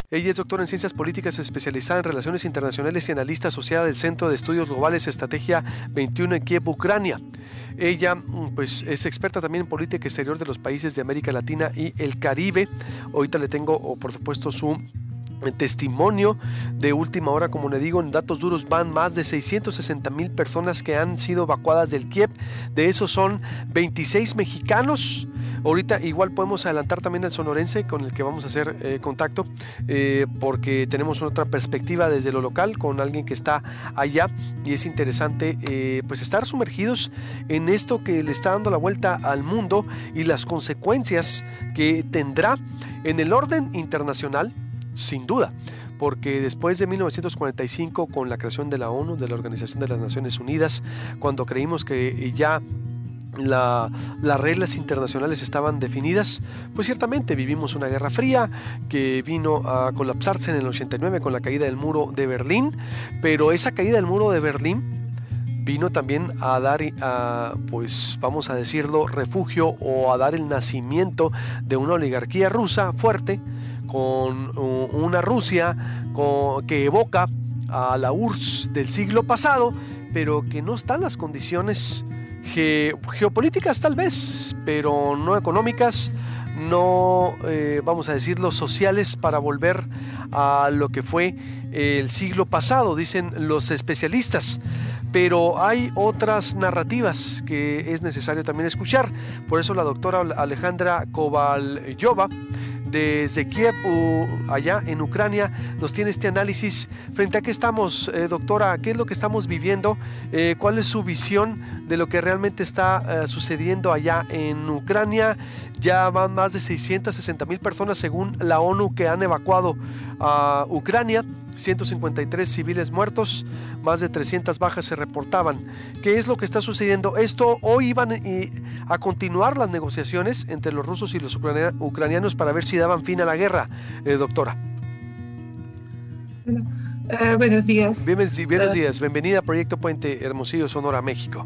Ella es doctora en Ciencias Políticas, especializada en Relaciones Internacionales y analista asociada del Centro de Estudios Globales Estrategia 21 en Kiev, Ucrania. Ella pues, es experta también en política exterior de los países de América Latina y el Caribe. Ahorita le tengo, por supuesto, su testimonio de última hora. Como le digo, en datos duros van más de 660,000 personas que han sido evacuadas del Kiev. De esos son 26 mexicanos. Ahorita igual podemos adelantar también el sonorense con el que vamos a hacer contacto, porque tenemos otra perspectiva desde lo local con alguien que está allá, y es interesante pues estar sumergidos en esto que le está dando la vuelta al mundo y las consecuencias que tendrá en el orden internacional. Sin duda, porque después de 1945, con la creación de la ONU, de la Organización de las Naciones Unidas, cuando creímos que ya las reglas internacionales estaban definidas, pues ciertamente vivimos una guerra fría que vino a colapsarse en el 89 con la caída del muro de Berlín, pero esa caída del muro de Berlín vino también a dar, pues vamos a decirlo, refugio, o a dar el nacimiento de una oligarquía rusa fuerte, con una Rusia que evoca a la URSS del siglo pasado, pero que no están las condiciones geopolíticas tal vez, pero no económicas, no vamos a decirlo sociales, para volver a lo que fue el siglo pasado, dicen los especialistas. Pero hay otras narrativas que es necesario también escuchar. Por eso la doctora Alejandra Kovalyova, desde Kiev, allá en Ucrania, nos tiene este análisis. Frente a qué estamos, doctora, qué es lo que estamos viviendo, cuál es su visión de lo que realmente está sucediendo allá en Ucrania. Ya van más de 660,000 personas según la ONU que han evacuado a Ucrania. 153 civiles muertos, más de 300 bajas se reportaban. ¿Qué es lo que está sucediendo? Esto, hoy iban a continuar las negociaciones entre los rusos y los ucranianos para ver si daban fin a la guerra, doctora. Buenos días. Buenos días, bienvenida a Proyecto Puente, Hermosillo, Sonora, México.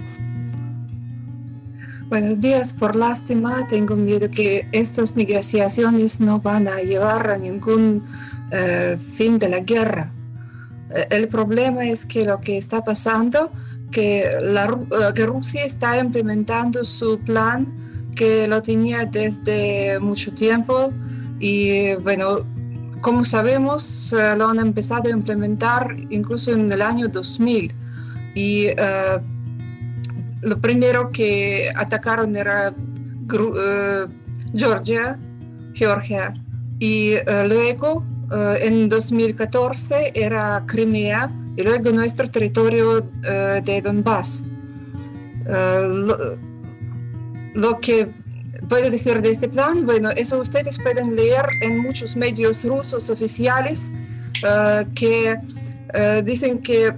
Buenos días. Por lástima, tengo miedo que estas negociaciones no van a llevar a ningún fin de la guerra. El problema es que lo que está pasando, que Rusia está implementando su plan, que lo tenía desde mucho tiempo, y bueno, como sabemos, lo han empezado a implementar incluso en el año 2000, y lo primero que atacaron era Georgia, y luego en 2014 era Crimea, y luego nuestro territorio de Donbass. Lo que puedo decir de este plan, bueno, eso ustedes pueden leer en muchos medios rusos oficiales que dicen que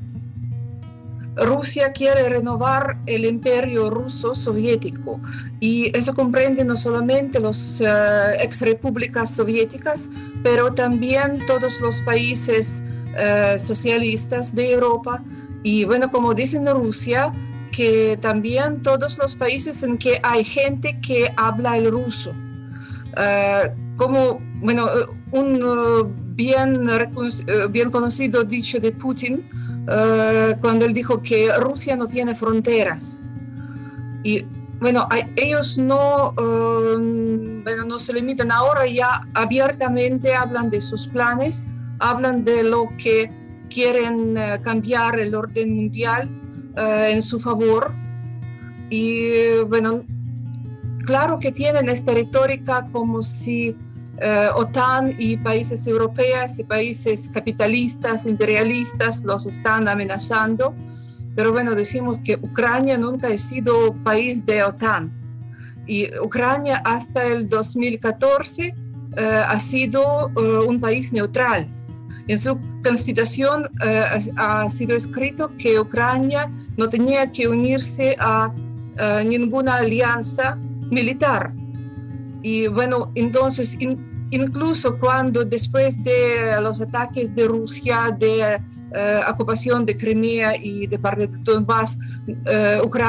Rusia quiere renovar el imperio ruso soviético, y eso comprende no solamente las exrepúblicas soviéticas, pero también todos los países socialistas de Europa, y bueno, como dicen en Rusia, que también todos los países en que hay gente que habla el ruso. Como, bueno, un bien conocido dicho de Putin, cuando él dijo que Rusia no tiene fronteras. Y bueno, ellos no se limitan ahora, ya abiertamente hablan de sus planes, hablan de lo que quieren cambiar el orden mundial en su favor. Y bueno, claro que tienen esta retórica como si OTAN y países europeos y países capitalistas, imperialistas los están amenazando, pero bueno, decimos que Ucrania nunca ha sido país de OTAN, y Ucrania hasta el 2014 ha sido un país neutral. En su constitución ha sido escrito que Ucrania no tenía que unirse a ninguna alianza militar. Y bueno, entonces, incluso cuando después de los ataques de Rusia, de ocupación de Crimea y de parte de Donbass,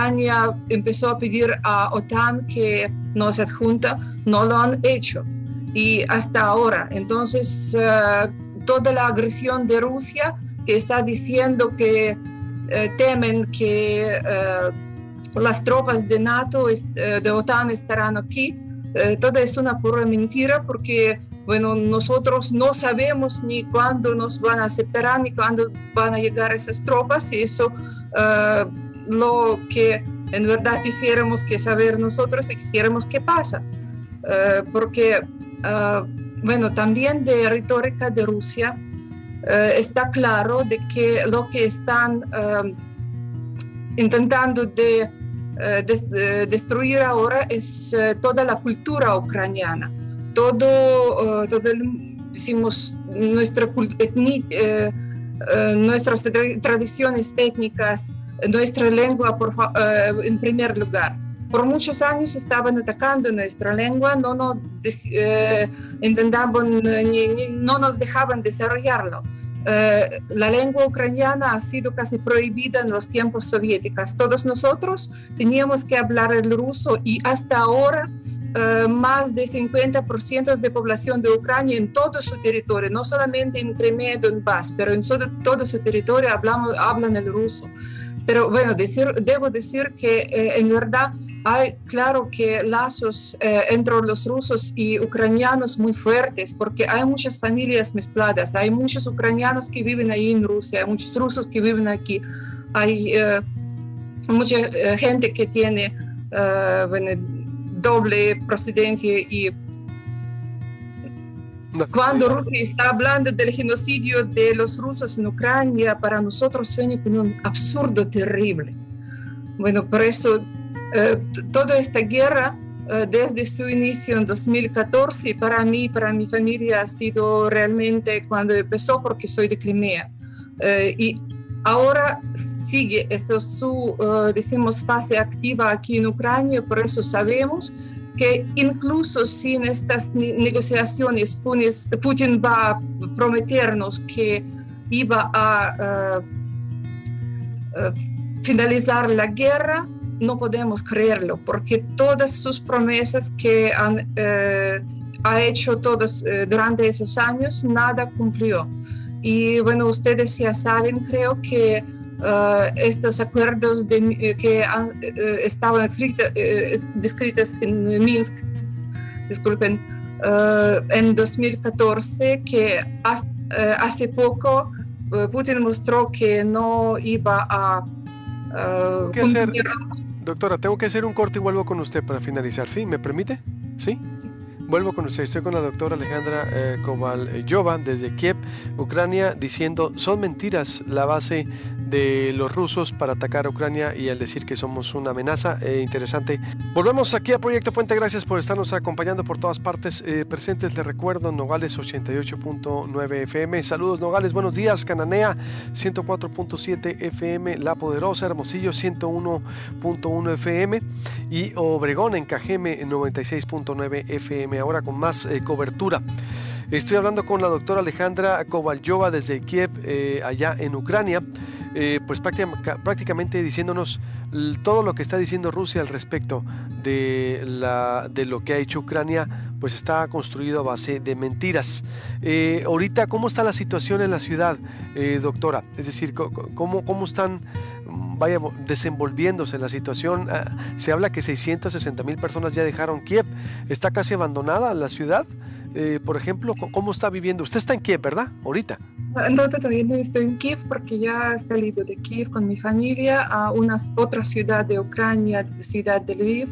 Ucrania empezó a pedir a OTAN que no se adjunta, no lo han hecho. y hasta ahora. Entonces, toda la agresión de Rusia que está diciendo que temen que las tropas de NATO, de OTAN estarán aquí, todo es una pura mentira porque, bueno, nosotros no sabemos ni cuándo nos van a separar ni cuándo van a llegar esas tropas y eso lo que en verdad quisiéramos que saber nosotros y quisiéramos que pasa. Porque, bueno, también de retórica de Rusia está claro de que lo que están intentando destruir ahora es toda la cultura ucraniana, decimos, nuestras tradiciones étnicas, nuestra lengua en primer lugar. Por muchos años estaban atacando nuestra lengua, no nos dejaban desarrollarlo. La lengua ucraniana ha sido casi prohibida en los tiempos soviéticos. Todos nosotros teníamos que hablar el ruso y hasta ahora más de 50% de población de Ucrania en todo su territorio, no solamente en Crimea y Donbass, pero en todo su territorio hablan el ruso. Pero bueno, debo decir que en verdad hay, claro que lazos entre los rusos y ucranianos muy fuertes, porque hay muchas familias mezcladas, hay muchos ucranianos que viven ahí en Rusia, hay muchos rusos que viven aquí, hay mucha gente que tiene doble procedencia y cuando Rusia está hablando del genocidio de los rusos en Ucrania, para nosotros suena como un absurdo terrible. Bueno, por eso toda esta guerra desde su inicio en 2014 para mí, para mi familia ha sido realmente cuando empezó porque soy de Crimea y ahora sigue su decimos fase activa aquí en Ucrania, por eso sabemos que incluso sin estas negociaciones Putin va a prometernos que iba a finalizar la guerra. No podemos creerlo, porque todas sus promesas que ha hecho durante esos años, nada cumplió. Y bueno, ustedes ya saben, creo que estos acuerdos que estaban descritos en Minsk, disculpen, en 2014, que hace poco Putin mostró que no iba a cumplir. Doctora, tengo que hacer un corte y vuelvo con usted para finalizar. ¿Sí? ¿Me permite? ¿Sí? Sí. Vuelvo con usted. Estoy con la doctora Alejandra Kovalyova desde Kiev, Ucrania, diciendo son mentiras la base de los rusos para atacar a Ucrania y al decir que somos una amenaza. Interesante. Volvemos aquí a Proyecto Puente. Gracias por estarnos acompañando por todas partes presentes. Les recuerdo Nogales 88.9 FM. Saludos Nogales, buenos días. Cananea 104.7 FM. La Poderosa, Hermosillo 101.1 FM y Obregón en Cajeme 96.9 FM. Ahora con más cobertura. Estoy hablando con la doctora Alejandra Kovalyova desde Kiev, allá en Ucrania, pues prácticamente diciéndonos todo lo que está diciendo Rusia al respecto de lo que ha hecho Ucrania, pues está construido a base de mentiras. Ahorita, ¿cómo está la situación en la ciudad, doctora? Es decir, ¿cómo están desenvolviéndose la situación? Se habla que 660,000 personas ya dejaron Kiev. ¿Está casi abandonada la ciudad? Por ejemplo, ¿cómo está viviendo? Usted está en Kiev, ¿verdad? Ahorita. No, todavía no estoy en Kiev porque ya he salido de Kiev con mi familia a otra ciudad de Ucrania, ciudad de Lviv.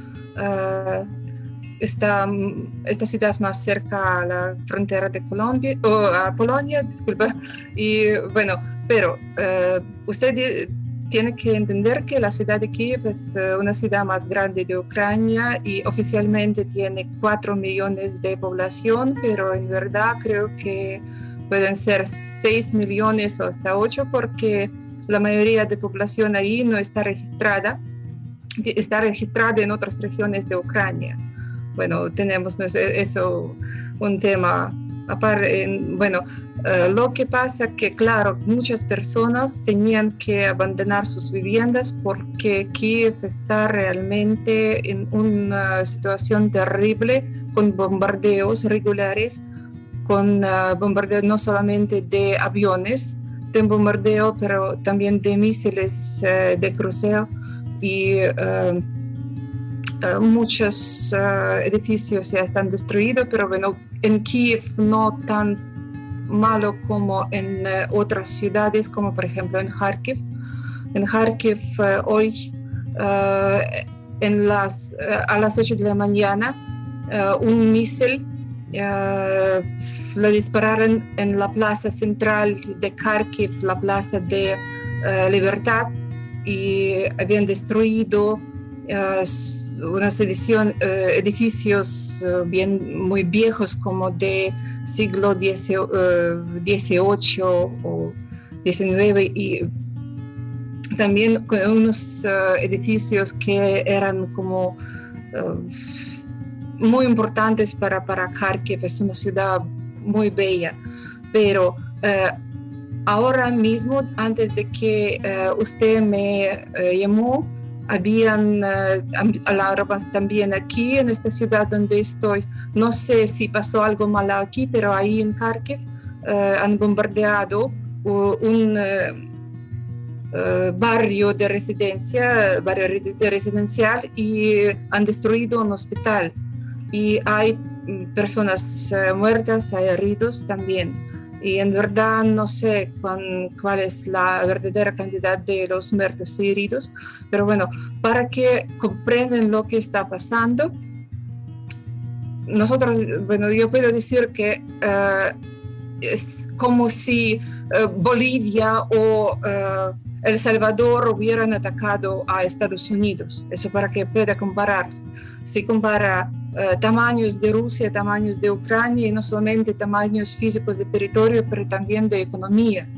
Esta ciudad es más cerca a la frontera de Colombia, o a Polonia, disculpa. Y bueno, pero usted tiene que entender que la ciudad de Kiev es una ciudad más grande de Ucrania y oficialmente tiene 4 millones de población, pero en verdad creo que pueden ser 6 millones o hasta 8 porque la mayoría de población ahí no está registrada en otras regiones de Ucrania. Bueno, tenemos eso, un tema aparte. Bueno, lo que pasa que, claro, muchas personas tenían que abandonar sus viviendas porque Kiev está realmente en una situación terrible con bombardeos regulares, con bombardeos no solamente de aviones, de bombardeo, pero también de misiles de crucero y muchos edificios ya están destruidos, pero bueno, en Kiev no tan malo como en otras ciudades, como por ejemplo en Kharkiv. En Kharkiv hoy a las 8 de la mañana un misil lo dispararon en la plaza central de Kharkiv, la plaza de Libertad, y habían destruido unos edificios muy viejos, como de siglo XVIII o XIX, y también con unos edificios que eran como muy importantes para Kharkiv. Es una ciudad muy bella, pero ahora mismo, antes de que usted me llamó, habían alarmas también aquí en esta ciudad donde estoy. No sé si pasó algo malo aquí, pero ahí en Kharkiv han bombardeado un barrio de residencial, y han destruido un hospital. Y hay personas muertas, hay heridos también. Y en verdad no sé cuál es la verdadera cantidad de los muertos y heridos, pero bueno, para que comprendan lo que está pasando, nosotros, bueno, yo puedo decir que es como si Bolivia o El Salvador hubieran atacado a Estados Unidos. Eso para que pueda compararse. Si compara tamaños de Rusia, tamaños de Ucrania, y no solamente tamaños físicos de territorio, pero también de economía.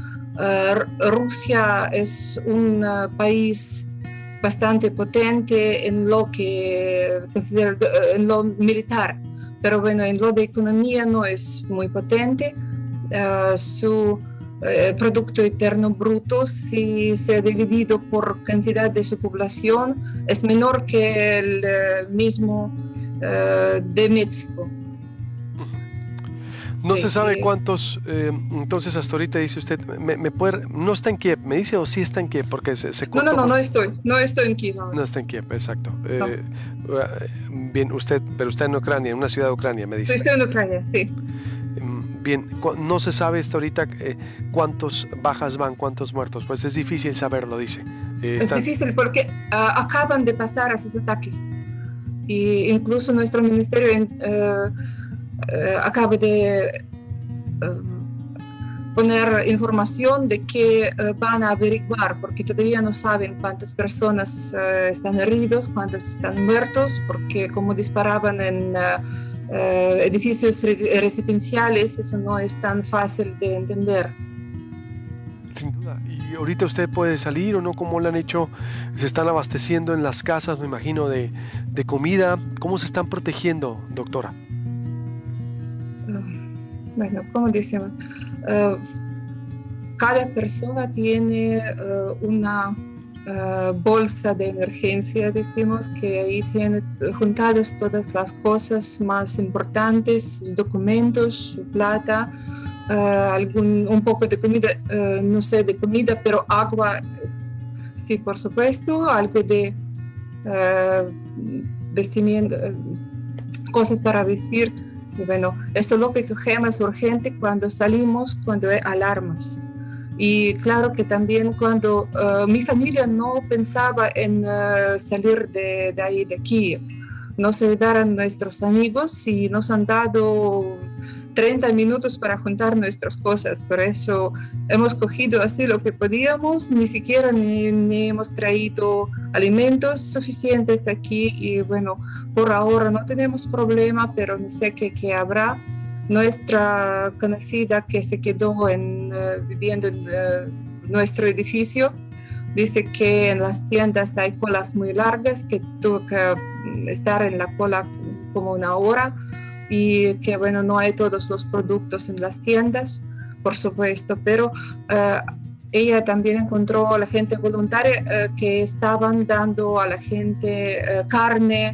Rusia es un país bastante potente en lo que considero en lo militar, pero bueno, en lo de economía no es muy potente. Su Producto Interno Bruto, si se ha dividido por cantidad de su población, es menor que el mismo de México. No se sabe cuántos, entonces hasta ahorita dice usted, ¿me puede, no está en Kiev, me dice, o sí está en Kiev? Porque se cortó. No estoy en Kiev. No está en Kiev, exacto. No. Bien, pero está en Ucrania, en una ciudad de Ucrania, me dice. Estoy en Ucrania, sí. Bien, no se sabe hasta ahorita cuántos bajas van, cuántos muertos, pues es difícil saberlo, dice. Es difícil porque acaban de pasar esos ataques. Y incluso nuestro ministerio acaba de poner información de que van a averiguar, porque todavía no saben cuántas personas están heridos, cuántos están muertos, porque como disparaban en edificios residenciales, eso no es tan fácil de entender. Sin duda. ¿Y ahorita usted puede salir o no? ¿Cómo lo han hecho? ¿Se están abasteciendo en las casas, me imagino, de comida? ¿Cómo se están protegiendo, doctora? Bueno, como decimos, cada persona tiene una bolsa de emergencia, decimos, que ahí tiene juntadas todas las cosas más importantes, sus documentos, su plata, un poco de comida, no sé de comida, pero agua, sí, por supuesto, algo de vestimenta, cosas para vestir. Y bueno, eso es lo que cogemos urgente cuando salimos, cuando hay alarmas. Y claro que también cuando mi familia no pensaba en salir de ahí, de Kiev, nos ayudaron nuestros amigos y nos han dado 30 minutos para juntar nuestras cosas. Por eso hemos cogido así lo que podíamos, ni siquiera ni hemos traído alimentos suficientes aquí. Y bueno, por ahora no tenemos problema, pero no sé qué habrá. Nuestra conocida que se quedó viviendo en nuestro edificio dice que en las tiendas hay colas muy largas, que tuvo que estar en la cola como una hora, y que bueno, no hay todos los productos en las tiendas, por supuesto, pero ella también encontró a la gente voluntaria que estaban dando a la gente carne,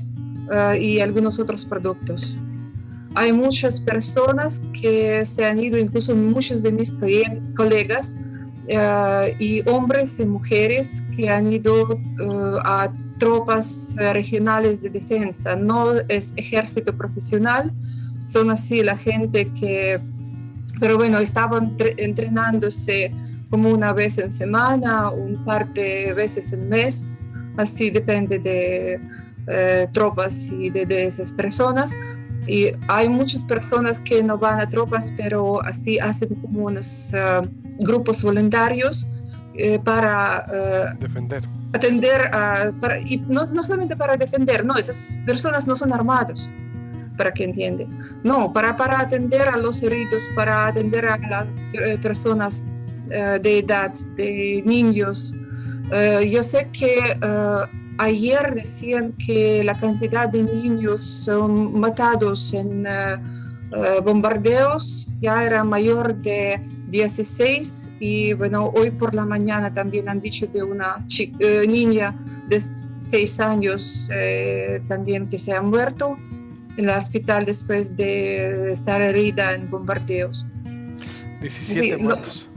y algunos otros productos. Hay muchas personas que se han ido, incluso muchos de mis colegas, y hombres y mujeres que han ido a tropas regionales de defensa. No es ejército profesional, son así la gente que, pero bueno, estaban entrenándose como una vez en semana, un par de veces en mes, así depende de tropas y de esas personas. Y hay muchas personas que no van a tropas, pero así hacen como unos grupos voluntarios para defender. Atender, y no solamente para defender, no, esas personas no son armados, para que entiendan. No, para atender a los heridos, para atender a las personas de edad, de niños. Yo sé que ayer decían que la cantidad de niños son matados en bombardeos ya era mayor de 16 y bueno, hoy por la mañana también han dicho de una niña de 6 años también que se ha muerto en el hospital después de estar herida en bombardeos. 17 muertos.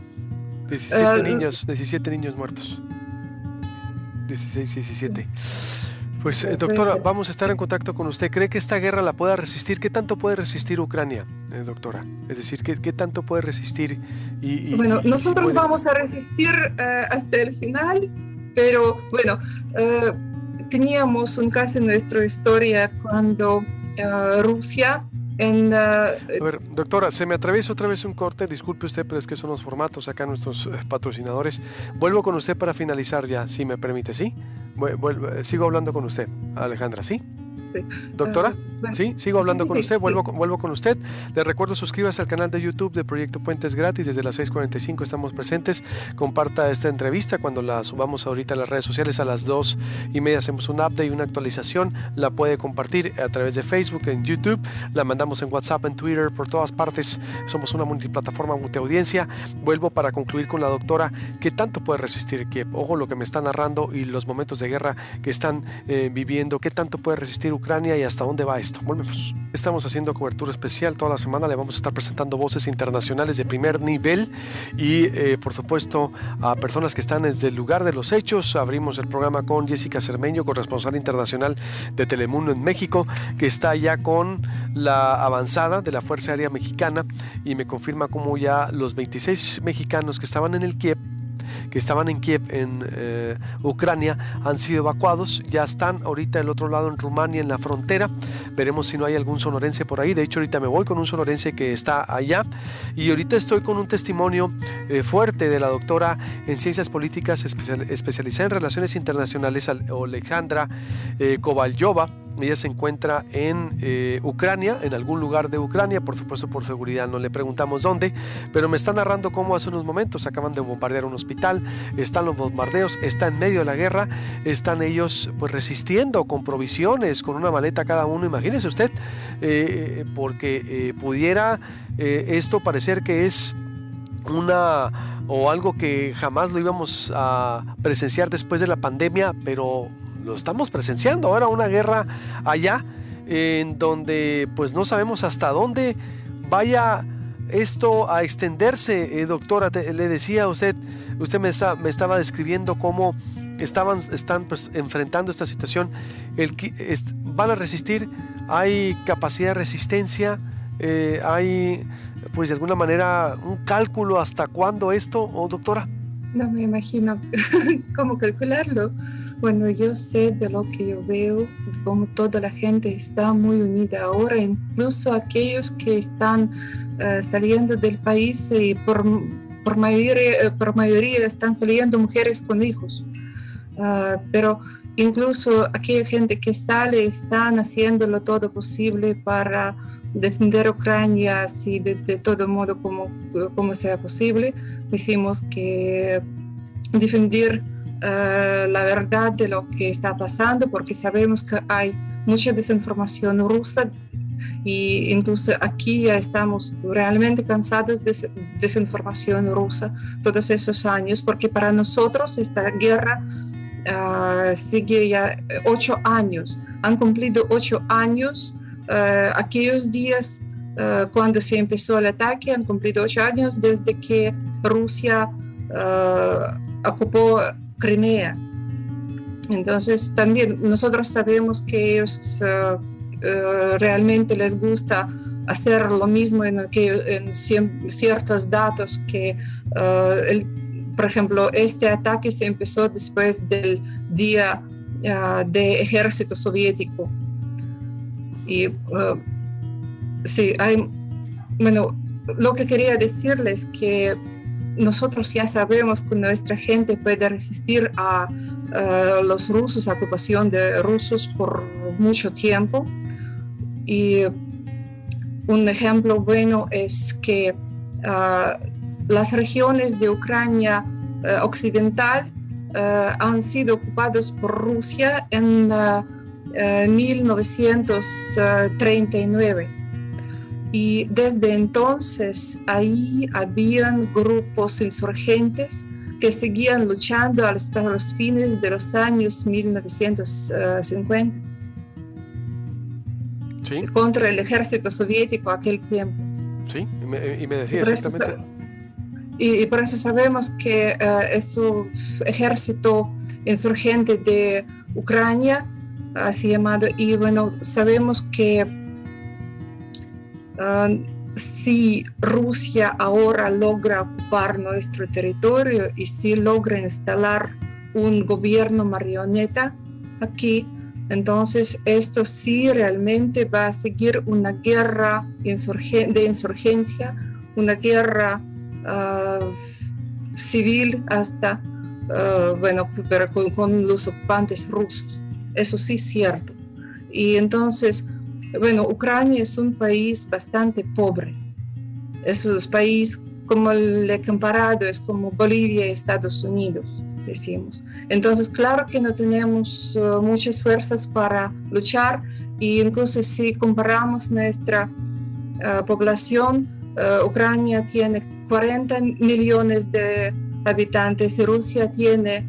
17 niños muertos. 16, 17. Pues doctora, vamos a estar en contacto con usted. ¿Cree que esta guerra la pueda resistir? ¿Qué tanto puede resistir Ucrania, doctora? Es decir, ¿qué tanto puede resistir? Bueno, nosotros vamos a resistir hasta el final, pero bueno, teníamos un caso en nuestra historia cuando Rusia... A ver, doctora, se me atraviesa otra vez un corte, disculpe usted, pero es que son los formatos acá nuestros patrocinadores. Vuelvo con usted para finalizar ya, si me permite, ¿sí? Sigo hablando con usted, Alejandra, ¿sí? Sí. Doctora, ¿sí? Sigo hablando con usted, vuelvo con usted. Les recuerdo, suscríbase al canal de YouTube de Proyecto Puentes gratis, desde las 6:45 estamos presentes. Comparta esta entrevista cuando la subamos ahorita a las redes sociales. A las 2:30 hacemos un update y una actualización. La puede compartir a través de Facebook, en YouTube, la mandamos en WhatsApp, en Twitter, por todas partes. Somos una multiplataforma, multiaudiencia. Vuelvo para concluir con la doctora. ¿Qué tanto puede resistir Kiev? Ojo lo que me está narrando y los momentos de guerra que están viviendo. ¿Qué tanto puede resistir Ucrania y hasta dónde va esto? Volvemos. Estamos haciendo cobertura especial toda la semana. Le vamos a estar presentando voces internacionales de primer nivel y por supuesto a personas que están desde el lugar de los hechos. Abrimos el programa con Jessica Cermeño, corresponsal internacional de Telemundo en México, que está ya con la avanzada de la Fuerza Aérea Mexicana y me confirma cómo ya los 26 mexicanos que estaban en Kiev, en Ucrania, han sido evacuados. Ya están ahorita del otro lado en Rumania, en la frontera. Veremos si no hay algún sonorense por ahí. De hecho, ahorita me voy con un sonorense que está allá. Y ahorita estoy con un testimonio fuerte de la doctora en Ciencias Políticas especializada en Relaciones Internacionales, Alejandra Kovalyova. Ella se encuentra en Ucrania, en algún lugar de Ucrania, por supuesto por seguridad no le preguntamos dónde, pero me está narrando cómo hace unos momentos acaban de bombardear un hospital, están los bombardeos, está en medio de la guerra, están ellos pues resistiendo con provisiones, con una maleta cada uno, imagínese usted, porque pudiera esto parecer que es algo que jamás lo íbamos a presenciar después de la pandemia, pero lo estamos presenciando ahora, una guerra allá en donde pues no sabemos hasta dónde vaya esto a extenderse. Doctora, le decía a usted me estaba describiendo cómo están pues, enfrentando esta situación. Van a resistir, hay capacidad de resistencia, hay pues de alguna manera un cálculo hasta cuándo esto, doctora. No me imagino cómo calcularlo. Bueno, yo sé de lo que yo veo, como toda la gente está muy unida ahora, incluso aquellos que están saliendo del país y por mayoría están saliendo mujeres con hijos. Pero incluso aquella gente que sale están haciéndolo todo posible para defender Ucrania así de todo modo como sea posible. Decimos que defender la verdad de lo que está pasando, porque sabemos que hay mucha desinformación rusa y incluso aquí ya estamos realmente cansados de desinformación rusa todos esos años, porque para nosotros esta guerra sigue ya 8 años. Han cumplido 8 años. Aquellos días cuando se empezó el ataque, han cumplido 8 años desde que Rusia ocupó Crimea. Entonces también nosotros sabemos que ellos realmente les gusta hacer lo mismo en ciertos datos que, por ejemplo, este ataque se empezó después del día de ejército soviético. Y sí, lo que quería decirles es que nosotros ya sabemos que nuestra gente puede resistir a los rusos, a la ocupación de rusos por mucho tiempo. Y un ejemplo bueno es que las regiones de Ucrania occidental han sido ocupadas por Rusia en 1939. Y desde entonces ahí habían grupos insurgentes que seguían luchando hasta los fines de los años 1950. ¿Sí? Contra el ejército soviético aquel tiempo. Sí, y me decía exactamente. Y por eso sabemos que es un ejército insurgente de Ucrania, así llamado, y bueno, sabemos que si Rusia ahora logra ocupar nuestro territorio y si logra instalar un gobierno marioneta aquí, entonces esto sí realmente va a seguir una guerra de insurgencia, una guerra civil hasta, pero con los ocupantes rusos. Eso sí es cierto. Y entonces, Ucrania es un país bastante pobre. Es un país, como le he comparado, es como Bolivia y Estados Unidos, decimos. Entonces, claro que no tenemos muchas fuerzas para luchar, y incluso si comparamos nuestra población, Ucrania tiene 40 millones de habitantes y Rusia tiene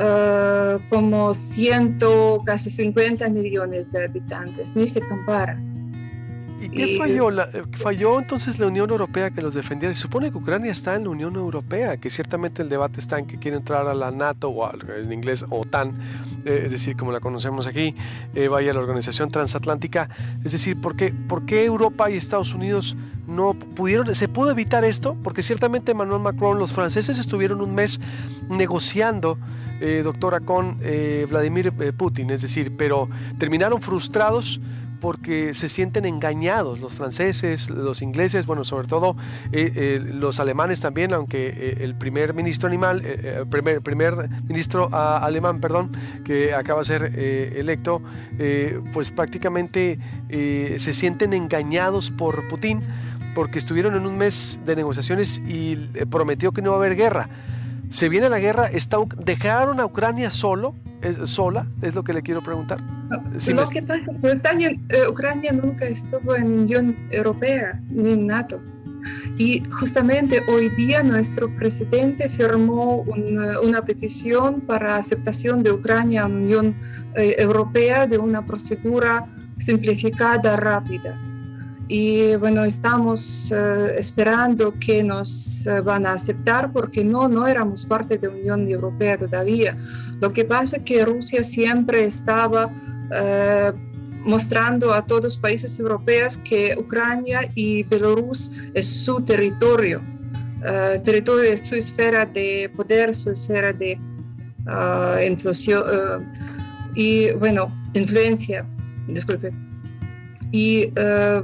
como casi 50 millones de habitantes, ni se compara. ¿Y qué falló? ¿Falló entonces la Unión Europea que los defendiera? Se supone que Ucrania está en la Unión Europea, que ciertamente el debate está en que quiere entrar a la NATO, o en inglés OTAN, es decir, como la conocemos aquí, vaya, la Organización Transatlántica. Es decir, ¿por qué Europa y Estados Unidos no pudieron? ¿Se pudo evitar esto? Porque ciertamente Emmanuel Macron, los franceses estuvieron un mes negociando, doctora, con Vladimir Putin, es decir, pero terminaron frustrados porque se sienten engañados los franceses, los ingleses, bueno, sobre todo los alemanes también, aunque el primer ministro primer ministro alemán, que acaba de ser electo, pues prácticamente se sienten engañados por Putin, porque estuvieron en un mes de negociaciones y prometió que no va a haber guerra. Se viene la guerra, ¿dejaron a Ucrania sola? Es lo que le quiero preguntar. Lo que pasa es que Ucrania nunca estuvo en la Unión Europea ni en NATO. Y justamente hoy día nuestro presidente firmó una petición para aceptación de Ucrania en la Unión Europea de una procedura simplificada, rápida. Y estamos esperando que nos van a aceptar porque no éramos parte de la Unión Europea todavía. Lo que pasa es que Rusia siempre estaba mostrando a todos los países europeos que Ucrania y Belarus es su territorio. Territorio es su esfera de poder, su esfera de influencia. Disculpe. Y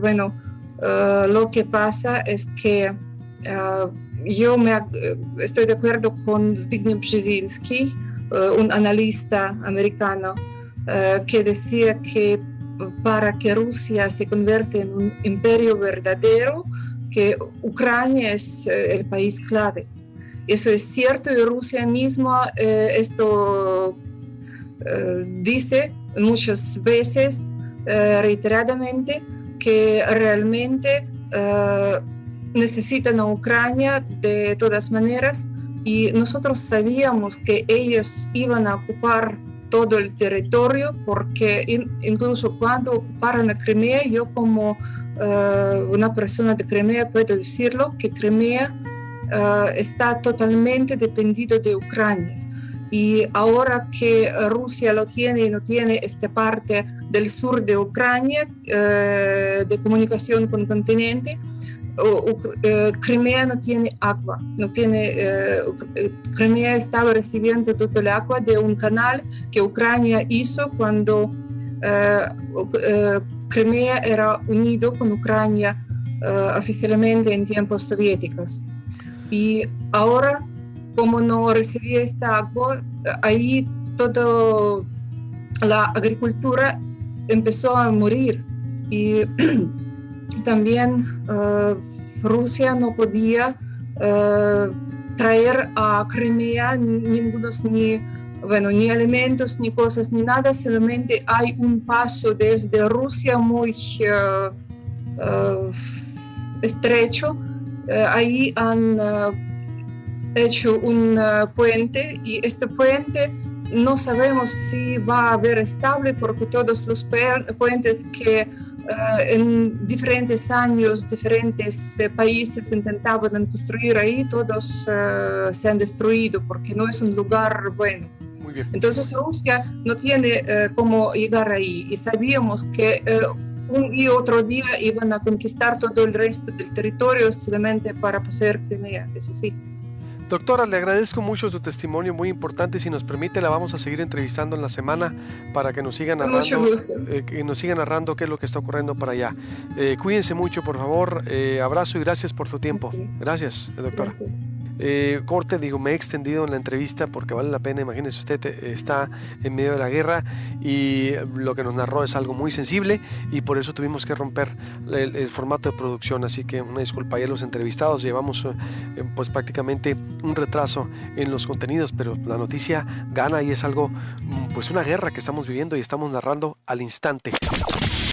lo que pasa es que yo estoy de acuerdo con Zbigniew Brzezinski, un analista americano, que decía que para que Rusia se convierta en un imperio verdadero, que Ucrania es el país clave. Eso es cierto, y Rusia misma esto dice muchas veces, reiteradamente, que realmente necesitan a Ucrania de todas maneras, y nosotros sabíamos que ellos iban a ocupar todo el territorio, porque incluso cuando ocuparon a Crimea, yo como una persona de Crimea puedo decirlo, que Crimea está totalmente dependido de Ucrania. Y ahora que Rusia lo tiene y no tiene esta parte del sur de Ucrania de comunicación con el continente, Crimea no tiene agua, Crimea estaba recibiendo todo el agua de un canal que Ucrania hizo cuando Crimea era unido con Ucrania oficialmente en tiempos soviéticos. Y ahora, como no recibía esta agua, ahí toda la agricultura empezó a morir. Y también Rusia no podía traer a Crimea ni alimentos, ni cosas, ni nada, solamente hay un paso desde Rusia muy estrecho. Ahí han hecho un puente, y este puente no sabemos si va a haber estable, porque todos los puentes que en diferentes años, diferentes países intentaban construir ahí, todos se han destruido porque no es un lugar bueno. Muy bien. Entonces Rusia no tiene cómo llegar ahí, y sabíamos que un y otro día iban a conquistar todo el resto del territorio solamente para poseer Crimea, eso sí. Doctora, le agradezco mucho su testimonio, muy importante. Si nos permite, la vamos a seguir entrevistando en la semana para que nos sigan narrando qué es lo que está ocurriendo para allá. Cuídense mucho, por favor. Abrazo y gracias por su tiempo. Gracias, doctora. Corte, me he extendido en la entrevista porque vale la pena. Imagínese usted, está en medio de la guerra y lo que nos narró es algo muy sensible, y por eso tuvimos que romper el formato de producción, así que una disculpa. Ya los entrevistados llevamos pues prácticamente un retraso en los contenidos, pero la noticia gana y es algo, pues una guerra que estamos viviendo y estamos narrando al instante.